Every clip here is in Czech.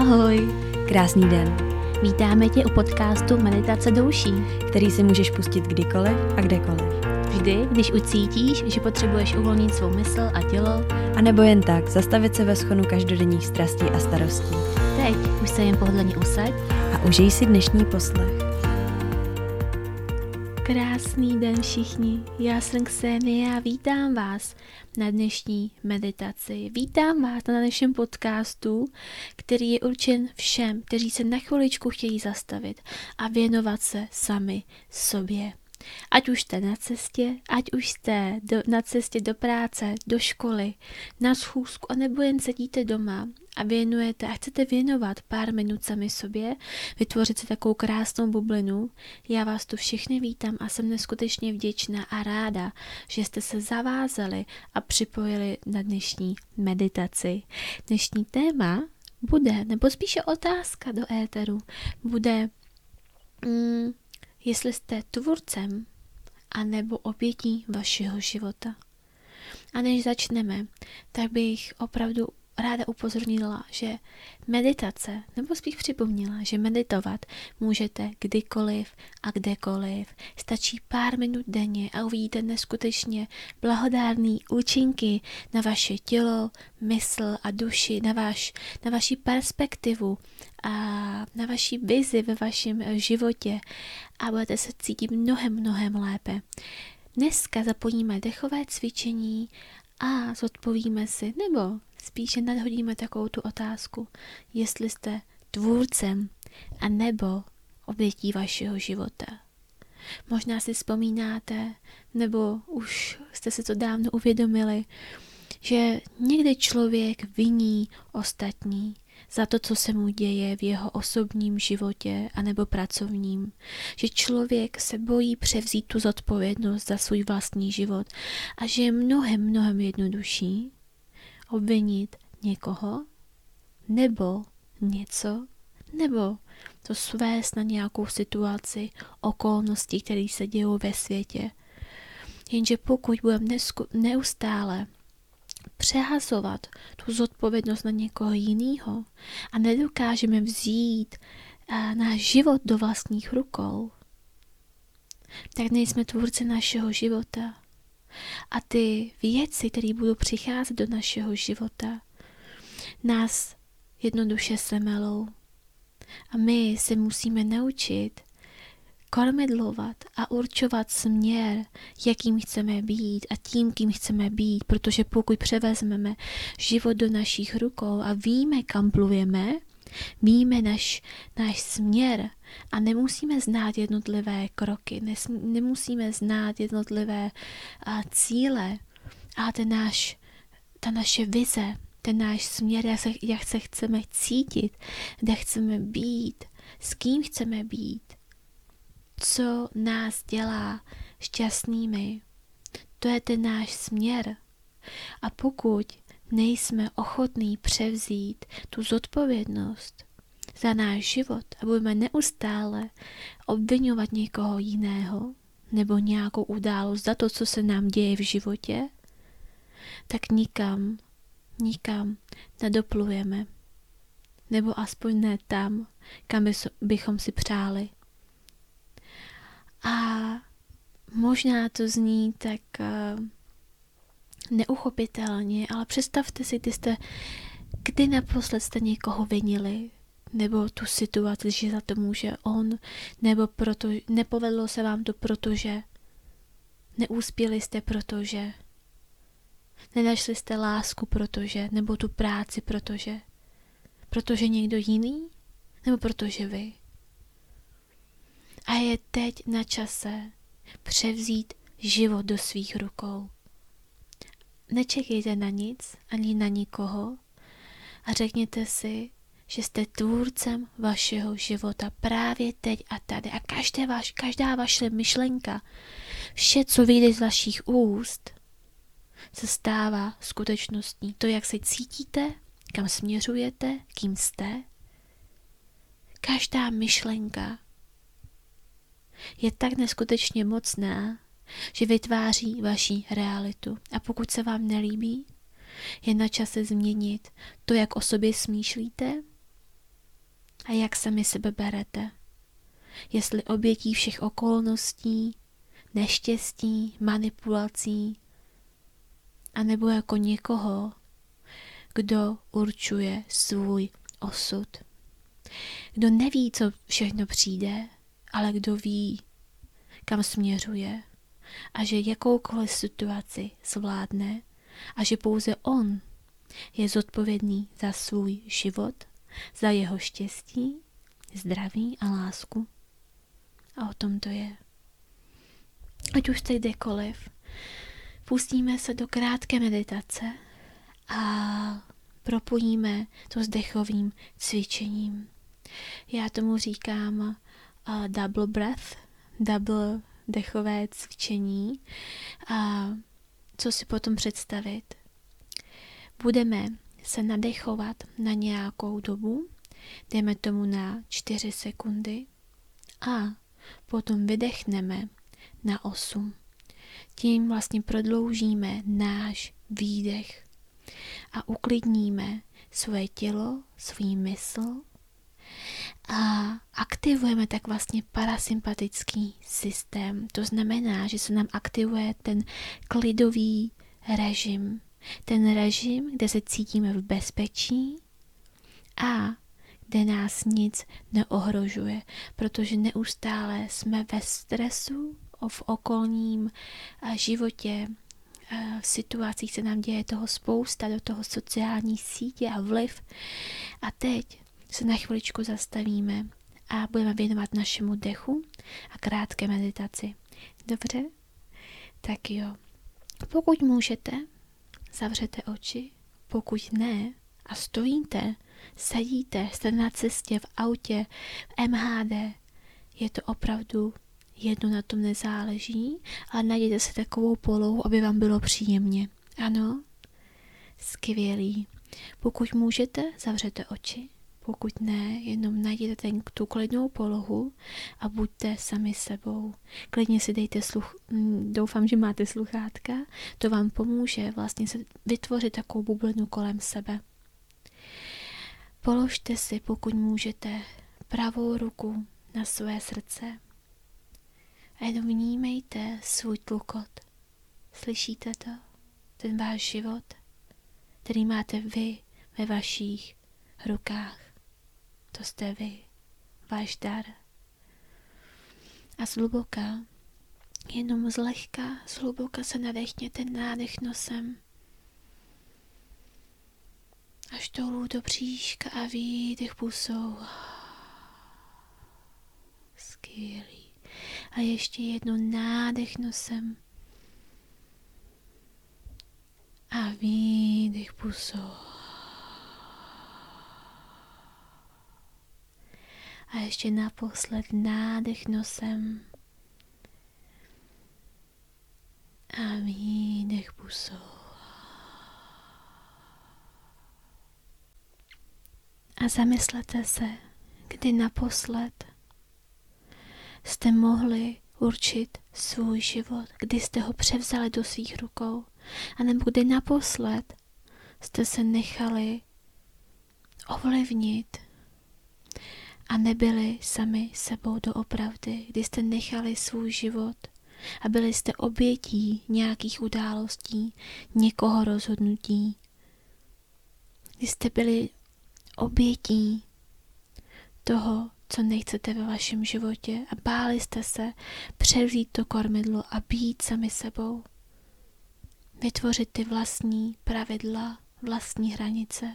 Ahoj! Krásný den. Vítáme tě u podcastu Meditace douší, který si můžeš pustit kdykoliv a kdekoliv. Vždy, když ucítíš, že potřebuješ uvolnit svou mysl a tělo. A nebo jen tak, zastavit se ve schonu každodenních strastí a starostí. Teď už se jen pohodlně usaď a užij si dnešní poslech. Krásný den všichni, já jsem Ksenia a vítám vás na dnešní meditaci. Vítám vás na dnešním podcastu, který je určen všem, kteří se na chviličku chtějí zastavit a věnovat se sami sobě. Ať už jste na cestě, ať už jste na cestě do práce, do školy, na schůzku, anebo jen sedíte doma a věnujete a chcete věnovat pár minut sami sobě, vytvořit si takovou krásnou bublinu. Já vás tu všechny vítám a jsem neskutečně vděčná a ráda, že jste se zavázali a připojili na dnešní meditaci. Dnešní téma bude, nebo spíše otázka do éteru, bude jestli jste tvůrcem anebo obětí vašeho života. A než začneme, tak bych opravdu ráda upozornila, že meditace, nebo spíš připomněla, že meditovat můžete kdykoliv a kdekoliv. Stačí pár minut denně a uvidíte neskutečně blahodárné účinky na vaše tělo, mysl a duši, na vaši perspektivu a na vaši vizi ve vašem životě a budete se cítit mnohem lépe. Dneska zapojíme dechové cvičení a zodpovíme si, nebo spíše nadhodíme takovou tu otázku, jestli jste tvůrcem a nebo obětí vašeho života. Možná si vzpomínáte, nebo už jste si to dávno uvědomili, že někdy člověk viní ostatní za to, co se mu děje v jeho osobním životě anebo pracovním. Že člověk se bojí převzít tu zodpovědnost za svůj vlastní život a že je mnohem jednodušší obvinit někoho nebo něco, nebo to svést na nějakou situaci, okolnosti, které se dějou ve světě. Jenže pokud budeme neustále přehazovat tu zodpovědnost na někoho jiného a nedokážeme vzít náš život do vlastních rukou, tak nejsme tvůrci našeho života. A ty věci, které budou přicházet do našeho života, nás jednoduše semelou. A my se musíme naučit kormidlovat a určovat směr, jakým chceme být a tím, kým chceme být, protože pokud převezmeme život do našich rukou a víme, kam plujeme, víme náš směr a nemusíme znát jednotlivé kroky, nemusíme znát jednotlivé cíle, ale ta naše vize, ten náš směr, jak se chceme cítit, kde chceme být, s kým chceme být, co nás dělá šťastnými. To je ten náš směr. A pokud nejsme ochotní převzít tu zodpovědnost za náš život a budeme neustále obvinovat někoho jiného nebo nějakou událost za to, co se nám děje v životě, tak nikam nedoplujeme. Nebo aspoň ne tam, kam bychom si přáli. A možná to zní tak neuchopitelně, ale představte si, kdy naposled jste někoho vinili, nebo tu situaci, že za to může on, nebo nepovedlo se vám to, protože neuspěli jste, protože nenašli jste lásku, nebo tu práci, protože někdo jiný, nebo protože vy. A je teď na čase převzít život do svých rukou. Nečekejte na nic, ani na nikoho a řekněte si, že jste tvůrcem vašeho života právě teď a tady. A každá vaše myšlenka, vše, co vyjde z vašich úst, se stává skutečností. To, jak se cítíte, kam směřujete, kým jste, každá myšlenka je tak neskutečně mocná, že vytváří vaši realitu. A pokud se vám nelíbí, je na čase změnit to, jak o sobě smýšlíte a jak sami sebe berete. Jestli obětí všech okolností, neštěstí, manipulací, anebo jako někoho, kdo určuje svůj osud. Kdo neví, co všechno přijde, ale kdo ví, kam směřuje a že jakoukoliv situaci zvládne a že pouze on je zodpovědný za svůj život, za jeho štěstí, zdraví a lásku. A o tom to je. Ať už teď kdekoliv, pustíme se do krátké meditace a propojíme to s dechovým cvičením. Já tomu říkám double breath, double dechové cvičení. A co si potom představit? Budeme se nadechovat na nějakou dobu, dejme tomu na 4 sekundy a potom vydechneme na 8. Tím vlastně prodloužíme náš výdech a uklidníme svoje tělo, svůj mysl a aktivujeme tak vlastně parasympatický systém. To znamená, že se nám aktivuje ten klidový režim. Ten režim, kde se cítíme v bezpečí a kde nás nic neohrožuje, protože neustále jsme ve stresu, v okolním životě, v situacích se nám děje toho spousta, do toho sociální sítě a vliv. A teď se na chviličku zastavíme a budeme věnovat našemu dechu a krátké meditaci. Dobře? Tak jo. Pokud můžete, zavřete oči. Pokud ne a stojíte, sedíte, jste na cestě, v autě, v MHD, je to opravdu jedno, na tom nezáleží, ale najděte si takovou polohu, aby vám bylo příjemně. Ano? Skvělý. Pokud můžete, zavřete oči. Pokud ne, jenom najděte tu klidnou polohu a buďte sami sebou. Klidně si dejte doufám, že máte sluchátka, to vám pomůže vlastně se vytvořit takovou bublinu kolem sebe. Položte si, pokud můžete, pravou ruku na své srdce a jenom vnímejte svůj tlukot. Slyšíte to? Ten váš život, který máte vy ve vašich rukách. To jste vy, váš dar. A zhluboka, jenom zhluboka se nadechněte nádech nosem. Až dolů do bříška a výdech pusou. Skvělý. A ještě jednou nádech nosem. A výdech pusou. A ještě naposled nádech nosem. A výdech pusou. A zamyslete se, kdy naposled jste mohli určit svůj život, kdy jste ho převzali do svých rukou, anebo kdy naposled jste se nechali ovlivnit a nebyli sami sebou doopravdy, kdy jste nechali svůj život a byli jste obětí nějakých událostí, někoho rozhodnutí, kdy jste byli obětí toho, co nechcete ve vašem životě a báli jste se převzít to kormidlo a být sami sebou. Vytvořit ty vlastní pravidla, vlastní hranice.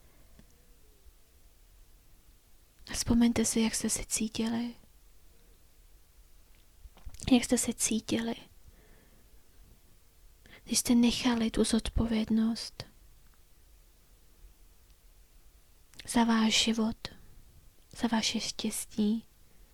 A vzpomeňte si, jak jste se cítili. Jak jste se cítili, když jste nechali tu zodpovědnost za váš život, za vaše štěstí.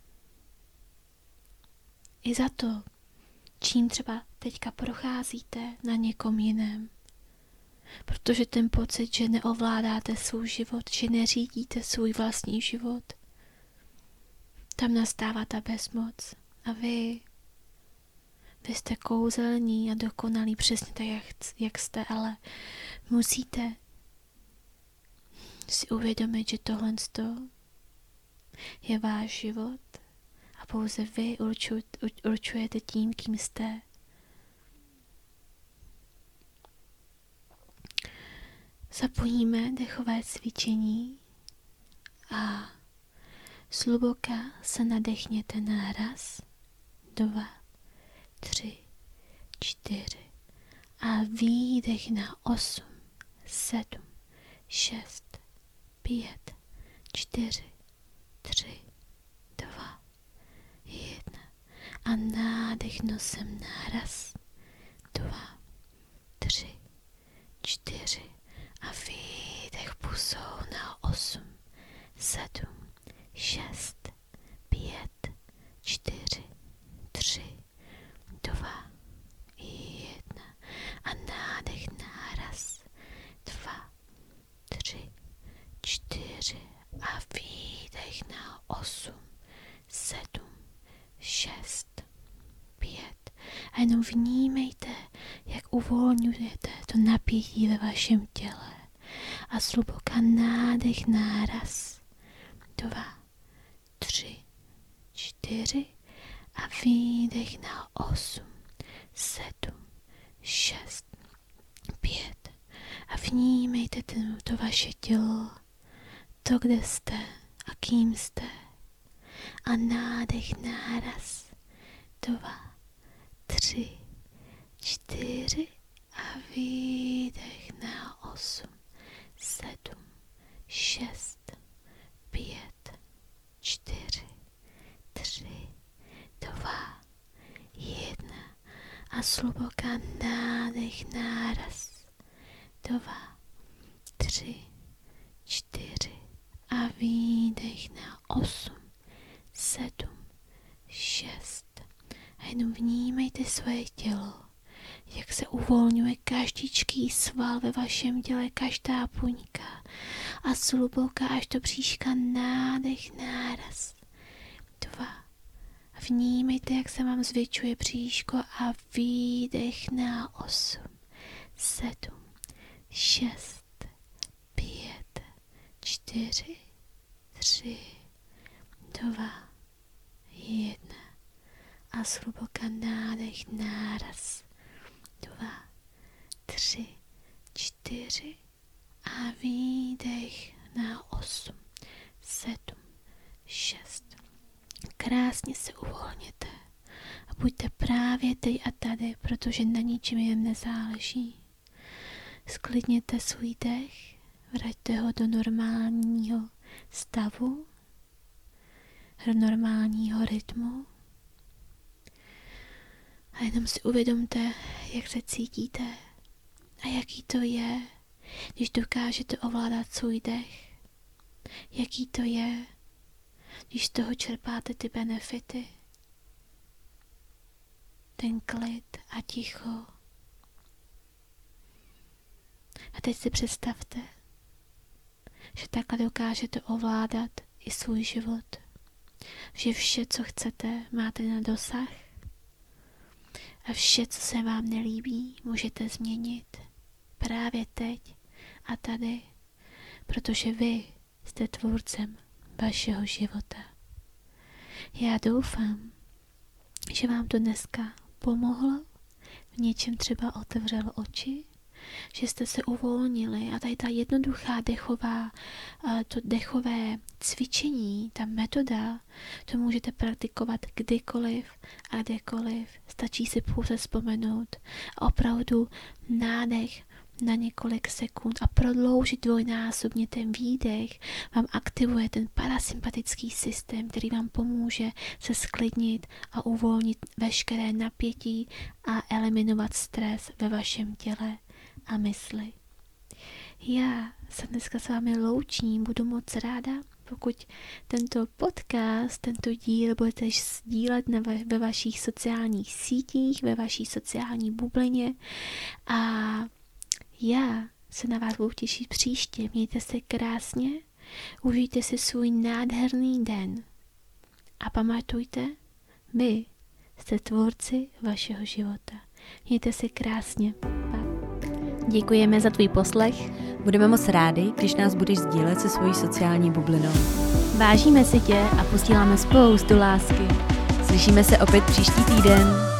I za to, čím třeba teďka procházíte na někom jiném. Protože ten pocit, že neovládáte svůj život, že neřídíte svůj vlastní život, tam nastává ta bezmoc. A vy jste kouzelní a dokonalí přesně tak, jak jste, ale musíte si uvědomit, že tohle je váš život a pouze vy určujete tím, kým jste. Zapojíme dechové cvičení a zhluboka se nadechněte na 1, 2, 3, 4 a výdech na 8, 7, 6, 5, 4, 3, 2, 1 a nádech nosem na 1, 2, 3, 4 a výdech pusou na 8, 7, 6, 5, 4, 3, 2, 1 a nádech na 1, 2, 3, 4 a výdech na 8, 7, 6, 5 a jenom vnímejte, jak uvolňujete to napětí ve vašem těle a zhluboka nádech na 1, 2, 3, 4 a výdech na 8, 7, 6, 5 a vnímejte to vaše tělo, to, kde jste a kým jste a nádech na 1, 2, 3, 4 a výdech na 8, 7, 6, 5, 4, 3, 2, 1 a zhluboka nádech na 1, 2, 3, 4 a výdech na 8, 7, 6 a jenom vnímejte svoje tělo, jak se uvolňuje každý sval ve vašem těle, každá buňka a zhluboka až do bříška nádech na 1, 2 a vnímejte, jak se vám zvětšuje bříško a výdech na 8, 7, 6, 5, 4, 3, 2, 1 a zhluboka nádech na 1, 2, 3, 4 a výdech na 8, 7, 6. Krásně se uvolněte a buďte právě teď a tady, protože na ničem jen nezáleží. Sklidněte svůj dech, vraťte ho do normálního stavu, do normálního rytmu a jenom si uvědomte, jak se cítíte a jaký to je, když dokážete ovládat svůj dech. Jaký to je, když z toho čerpáte ty benefity, ten klid a ticho. A teď si představte, že takhle dokážete ovládat i svůj život. Že vše, co chcete, máte na dosah a vše, co se vám nelíbí, můžete změnit právě teď a tady, protože vy jste tvůrcem vašeho života. Já doufám, že vám to dneska pomohlo, v něčem třeba otevřelo oči, že jste se uvolnili a tady ta jednoduchá to dechové cvičení, ta metoda, to můžete praktikovat kdykoliv a kdekoliv. Stačí si pouze vzpomenout a opravdu nádech na několik sekund a prodloužit dvojnásobně ten výdech vám aktivuje ten parasympatický systém, který vám pomůže se sklidnit a uvolnit veškeré napětí a eliminovat stres ve vašem těle a mysli. Já se dneska s vámi loučím, budu moc ráda, pokud tento podcast, tento díl budete sdílet ve vašich sociálních sítích, ve vaší sociální bublině a já se na vás budu těšit příště. Mějte se krásně, užijte si svůj nádherný den a pamatujte, vy jste tvůrci vašeho života. Mějte se krásně. Pa. Děkujeme za tvůj poslech. Budeme moc rádi, když nás budeš sdílet se svojí sociální bublinou. Vážíme si tě a posíláme spoustu lásky. Slyšíme se opět příští týden.